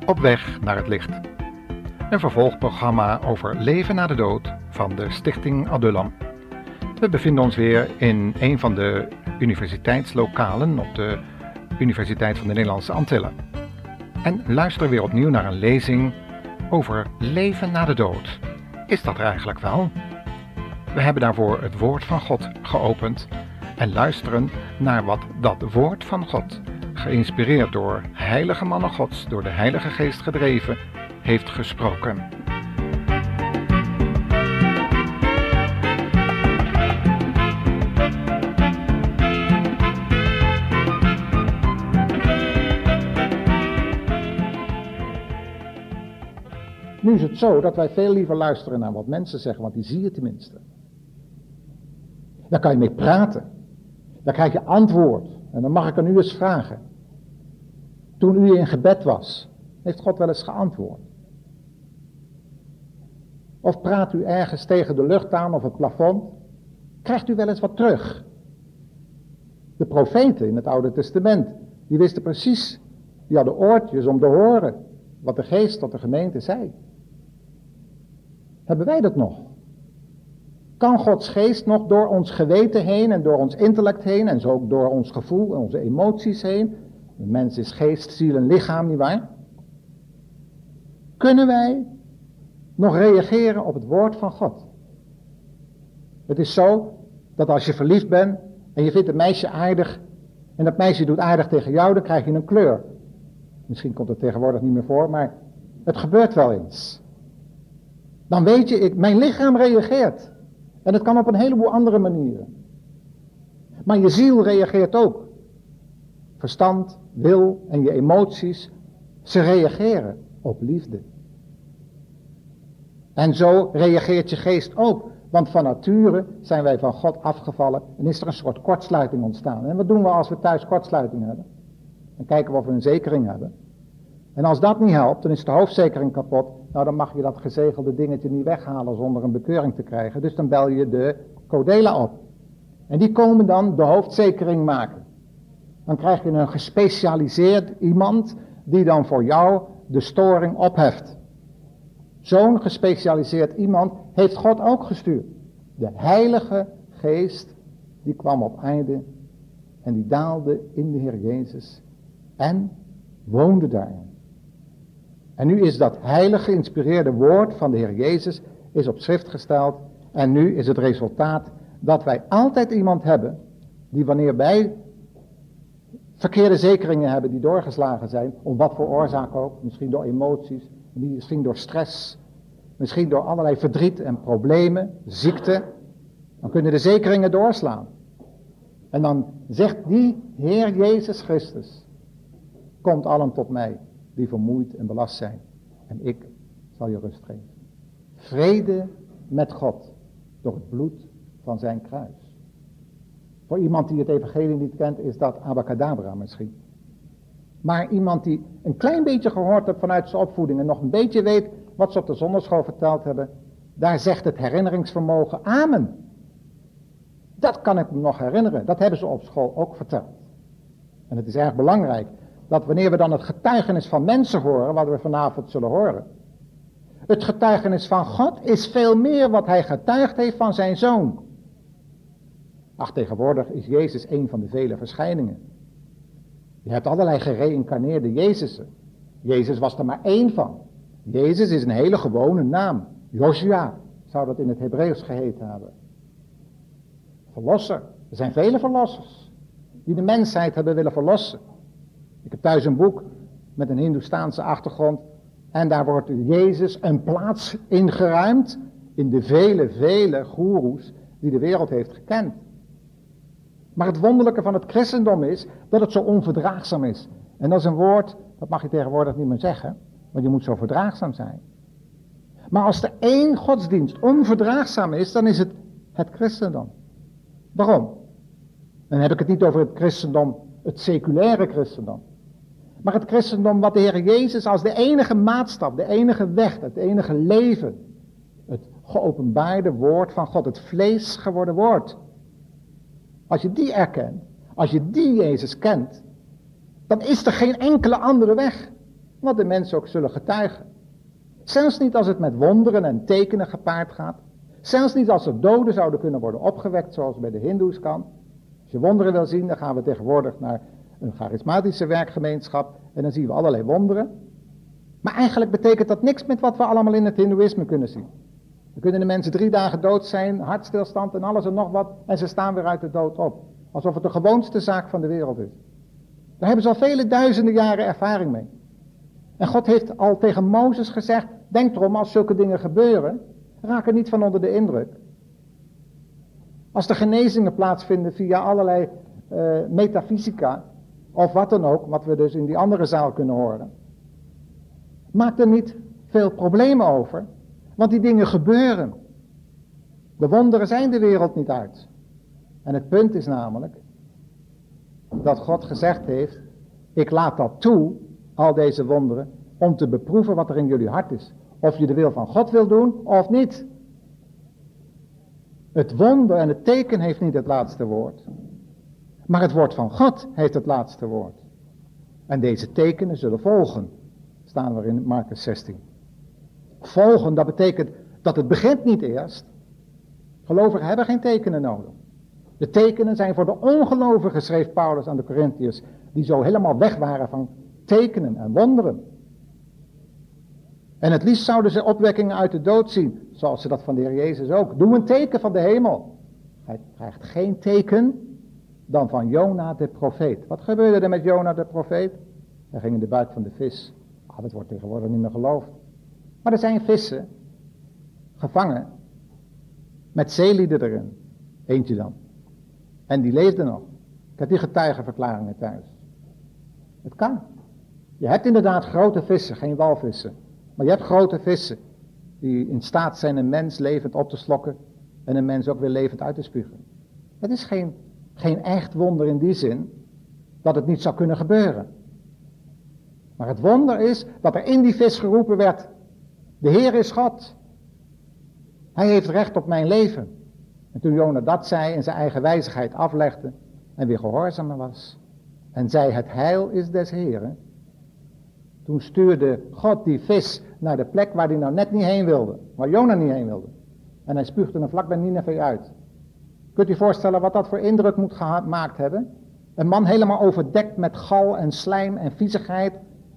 Op weg naar het licht. Een vervolgprogramma over leven na de dood van de Stichting Adullam. We bevinden ons weer in een van de universiteitslokalen op de Universiteit van de Nederlandse Antillen. En luisteren weer opnieuw naar een lezing over leven na de dood. Is dat er eigenlijk wel? We hebben daarvoor het woord van God geopend en luisteren naar wat dat woord van God, geïnspireerd door heilige mannen Gods, door de Heilige Geest gedreven, heeft gesproken. Nu is het zo dat wij veel liever luisteren naar wat mensen zeggen, want die zie je tenminste. Daar kan je mee praten. Dan krijg je antwoord. En dan mag ik aan u eens vragen. Toen u in gebed was, heeft God wel eens geantwoord? Of praat u ergens tegen de lucht aan of het plafond? Krijgt u wel eens wat terug? De profeten in het Oude Testament, die wisten precies, die hadden oortjes om te horen wat de geest tot de gemeente zei. Hebben wij dat nog? Kan Gods geest nog door ons geweten heen en door ons intellect heen en zo ook door ons gevoel en onze emoties heen? Een mens is geest, ziel en lichaam, nietwaar? Kunnen wij nog reageren op het woord van God? Het is zo dat als je verliefd bent en je vindt een meisje aardig en dat meisje doet aardig tegen jou, dan krijg je een kleur. Misschien komt het tegenwoordig niet meer voor, maar het gebeurt wel eens. Dan weet je, mijn lichaam reageert. En dat kan op een heleboel andere manieren. Maar je ziel reageert ook. Verstand, wil en je emoties, ze reageren op liefde. En zo reageert je geest ook. Want van nature zijn wij van God afgevallen en is er een soort kortsluiting ontstaan. En wat doen we als we thuis kortsluiting hebben? Dan kijken we of we een zekering hebben. En als dat niet helpt, dan is de hoofdzekering kapot. Nou, dan mag je dat gezegelde dingetje niet weghalen zonder een bekeuring te krijgen. Dus dan bel je de Codela op. En die komen dan de hoofdzekering maken. Dan krijg je een gespecialiseerd iemand die dan voor jou de storing opheft. Zo'n gespecialiseerd iemand heeft God ook gestuurd. De Heilige Geest, die kwam op aarde en die daalde in de Heer Jezus en woonde daarin. En nu is dat heilige geïnspireerde woord van de Heer Jezus is op schrift gesteld. En nu is het resultaat dat wij altijd iemand hebben die wanneer wij verkeerde zekeringen hebben die doorgeslagen zijn, om wat voor oorzaak ook, misschien door emoties, misschien door stress, misschien door allerlei verdriet en problemen, ziekte, dan kunnen de zekeringen doorslaan. En dan zegt die Heer Jezus Christus, komt allen tot mij die vermoeid en belast zijn. En ik zal je rust geven. Vrede met God door het bloed van zijn kruis. Voor iemand die het evangelie niet kent is dat abacadabra misschien. Maar iemand die een klein beetje gehoord heeft vanuit zijn opvoeding en nog een beetje weet wat ze op de zondagschool verteld hebben, daar zegt het herinneringsvermogen amen. Dat kan ik me nog herinneren. Dat hebben ze op school ook verteld. En het is erg belangrijk dat wanneer we dan het getuigenis van mensen horen, wat we vanavond zullen horen. Het getuigenis van God is veel meer wat hij getuigd heeft van zijn zoon. Ach, tegenwoordig is Jezus een van de vele verschijningen. Je hebt allerlei gereïncarneerde Jezusen. Jezus was er maar één van. Jezus is een hele gewone naam. Joshua zou dat in het Hebreeuws geheten hebben. Verlosser. Er zijn vele verlossers die de mensheid hebben willen verlossen. Ik heb thuis een boek met een Hindoestaanse achtergrond en daar wordt Jezus een plaats ingeruimd in de vele goeroes die de wereld heeft gekend. Maar het wonderlijke van het christendom is dat het zo onverdraagzaam is. En dat is een woord, dat mag je tegenwoordig niet meer zeggen, want je moet zo verdraagzaam zijn. Maar als er één godsdienst onverdraagzaam is, dan is het het christendom. Waarom? Dan heb ik het niet over het christendom, het seculaire christendom. Maar het christendom wat de Heer Jezus als de enige maatstaf, de enige weg, het enige leven, het geopenbaarde woord van God, het vlees geworden woord. Als je die erkent, als je die Jezus kent, dan is er geen enkele andere weg. wat de mensen ook zullen getuigen. Zelfs niet als het met wonderen en tekenen gepaard gaat. Zelfs niet als er doden zouden kunnen worden opgewekt, zoals bij de hindoes kan. Als je wonderen wil zien, dan gaan we tegenwoordig naar een charismatische werkgemeenschap en dan zien we allerlei wonderen. Maar eigenlijk betekent dat niks met wat we allemaal in het hindoeïsme kunnen zien. Dan kunnen de mensen 3 dagen dood zijn, hartstilstand en alles en nog wat, en ze staan weer uit de dood op. Alsof het de gewoonste zaak van de wereld is. Daar hebben ze al vele duizenden jaren ervaring mee. En God heeft al tegen Mozes gezegd, denk erom als zulke dingen gebeuren, raak er niet van onder de indruk. Als er genezingen plaatsvinden via allerlei metafysica, of wat dan ook, wat we dus in die andere zaal kunnen horen. Maak er niet veel problemen over, want die dingen gebeuren. De wonderen zijn de wereld niet uit. En het punt is namelijk, dat God gezegd heeft, ik laat dat toe, al deze wonderen, om te beproeven wat er in jullie hart is. Of je de wil van God wil doen, of niet. Het wonder en het teken heeft niet het laatste woord. Maar het woord van God heeft het laatste woord. En deze tekenen zullen volgen. Staan we in Markus 16. Volgen, dat betekent dat het begint niet eerst. Gelovigen hebben geen tekenen nodig. De tekenen zijn voor de ongelovigen, schreef Paulus aan de Corinthiërs, die zo helemaal weg waren van tekenen en wonderen. En het liefst zouden ze opwekkingen uit de dood zien, zoals ze dat van de Heer Jezus ook. Doe een teken van de hemel. Hij krijgt geen teken dan van Jona de profeet. Wat gebeurde er met Jona de profeet? Hij ging in de buik van de vis. Dat wordt tegenwoordig niet meer geloofd. Maar er zijn vissen, gevangen, met zeelieden erin. Eentje dan. En die leefde nog. Ik heb die getuigenverklaringen thuis. Het kan. Je hebt inderdaad grote vissen, geen walvissen. Maar je hebt grote vissen die in staat zijn een mens levend op te slokken en een mens ook weer levend uit te spugen. Het is geen echt wonder in die zin dat het niet zou kunnen gebeuren. Maar het wonder is dat er in die vis geroepen werd, de Heer is God. Hij heeft recht op mijn leven. En toen Jona dat zei en zijn eigen wijzigheid aflegde en weer gehoorzamer was en zei het heil is des Heren, toen stuurde God die vis naar de plek waar hij nou net niet heen wilde, waar Jona niet heen wilde. En hij spuugde hem vlak bij Nineve uit. Kunt u voorstellen wat dat voor indruk moet gemaakt hebben? Een man helemaal overdekt met gal en slijm en viezigheid,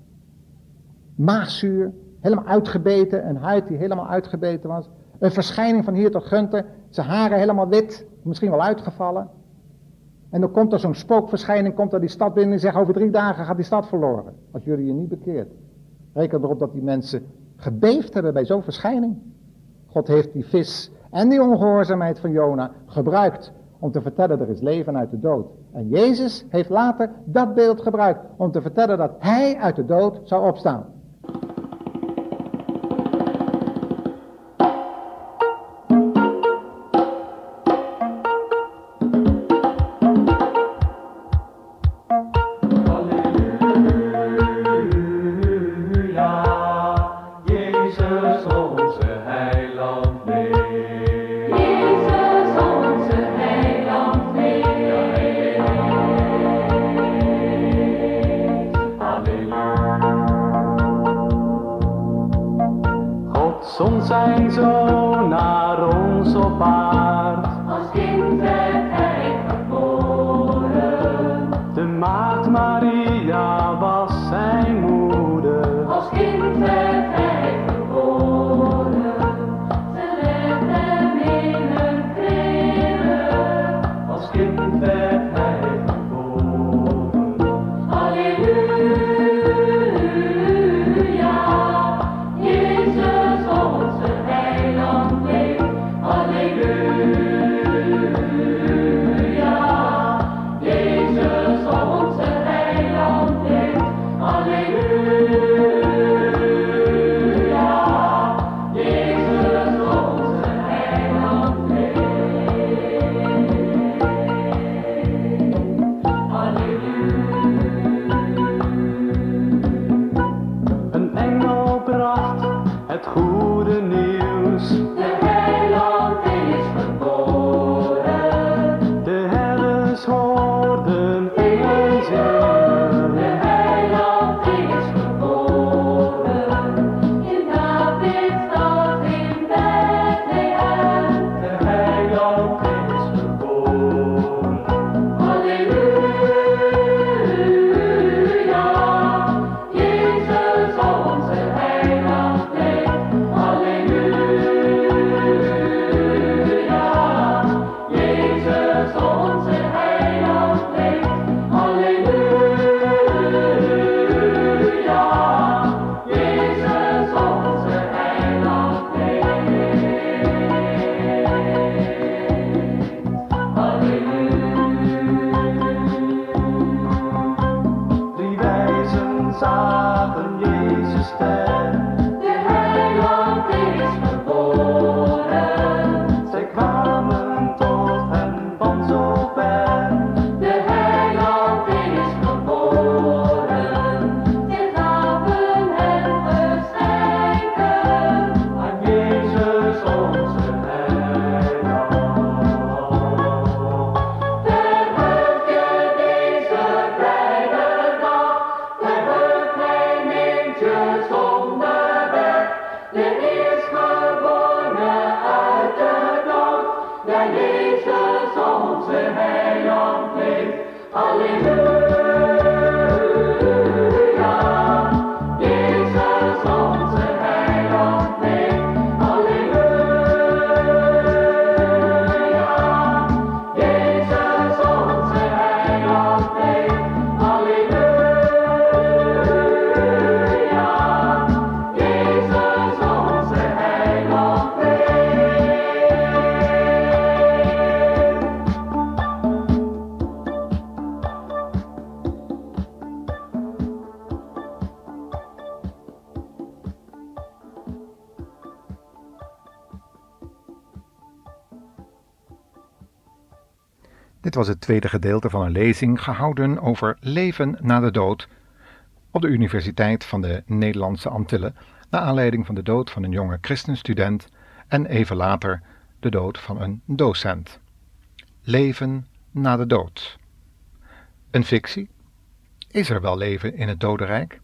maagzuur, helemaal uitgebeten, een huid die helemaal uitgebeten was. Een verschijning van hier tot Gunther, zijn haren helemaal wit, misschien wel uitgevallen. En dan komt er zo'n spookverschijning, komt er die stad binnen en zegt over 3 dagen gaat die stad verloren. Als jullie je niet bekeert. Reken erop dat die mensen gebeefd hebben bij zo'n verschijning. God heeft die vis en die ongehoorzaamheid van Jona gebruikt om te vertellen er is leven uit de dood. En Jezus heeft later dat beeld gebruikt om te vertellen dat hij uit de dood zou opstaan. Jezus onze heiland leeft. Halleluja, Jezus onze heiland leeft. Halleluja, Jezus onze heiland leeft. Halleluja, Jezus onze heiland leeft. Dit was het tweede gedeelte van een lezing gehouden over leven na de dood op de Universiteit van de Nederlandse Antillen, naar aanleiding van de dood van een jonge christenstudent en even later de dood van een docent. Leven na de dood. Een fictie? Is er wel leven in het dodenrijk?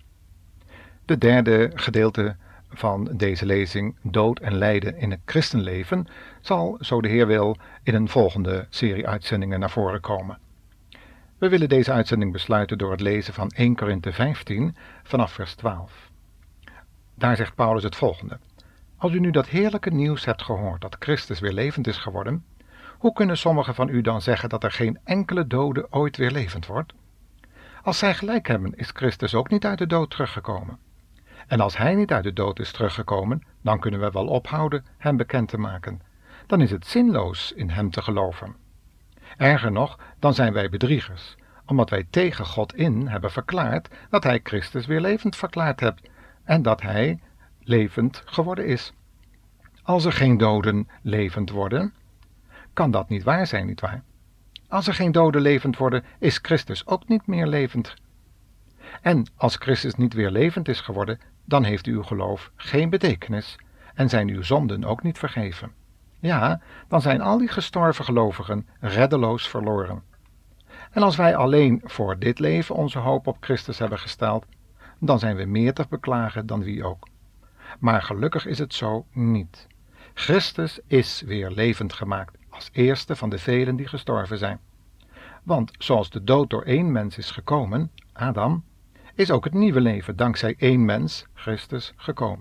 De derde gedeelte van deze lezing, dood en lijden in het christenleven, zal, zo de Heer wil, in een volgende serie uitzendingen naar voren komen. We willen deze uitzending besluiten door het lezen van 1 Korinthe 15 vanaf vers 12. Daar zegt Paulus het volgende: Als u nu dat heerlijke nieuws hebt gehoord dat Christus weer levend is geworden, hoe kunnen sommigen van u dan zeggen dat er geen enkele dode ooit weer levend wordt? Als zij gelijk hebben, is Christus ook niet uit de dood teruggekomen. En als hij niet uit de dood is teruggekomen, dan kunnen we wel ophouden hem bekend te maken. Dan is het zinloos in hem te geloven. Erger nog, dan zijn wij bedriegers, omdat wij tegen God in hebben verklaard dat hij Christus weer levend verklaard hebt en dat hij levend geworden is. Als er geen doden levend worden, kan dat niet waar zijn, nietwaar? Als er geen doden levend worden, is Christus ook niet meer levend. En als Christus niet weer levend is geworden, dan heeft uw geloof geen betekenis en zijn uw zonden ook niet vergeven. Ja, dan zijn al die gestorven gelovigen reddeloos verloren. En als wij alleen voor dit leven onze hoop op Christus hebben gesteld, dan zijn we meer te beklagen dan wie ook. Maar gelukkig is het zo niet. Christus is weer levend gemaakt, als eerste van de velen die gestorven zijn. Want zoals de dood door één mens is gekomen, Adam, is ook het nieuwe leven dankzij één mens, Christus, gekomen.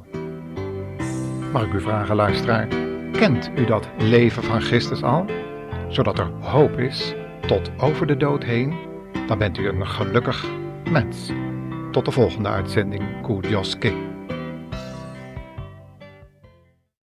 Mag ik u vragen, luisteraar, kent u dat leven van Christus al? Zodat er hoop is tot over de dood heen, dan bent u een gelukkig mens. Tot de volgende uitzending, Koe Joske.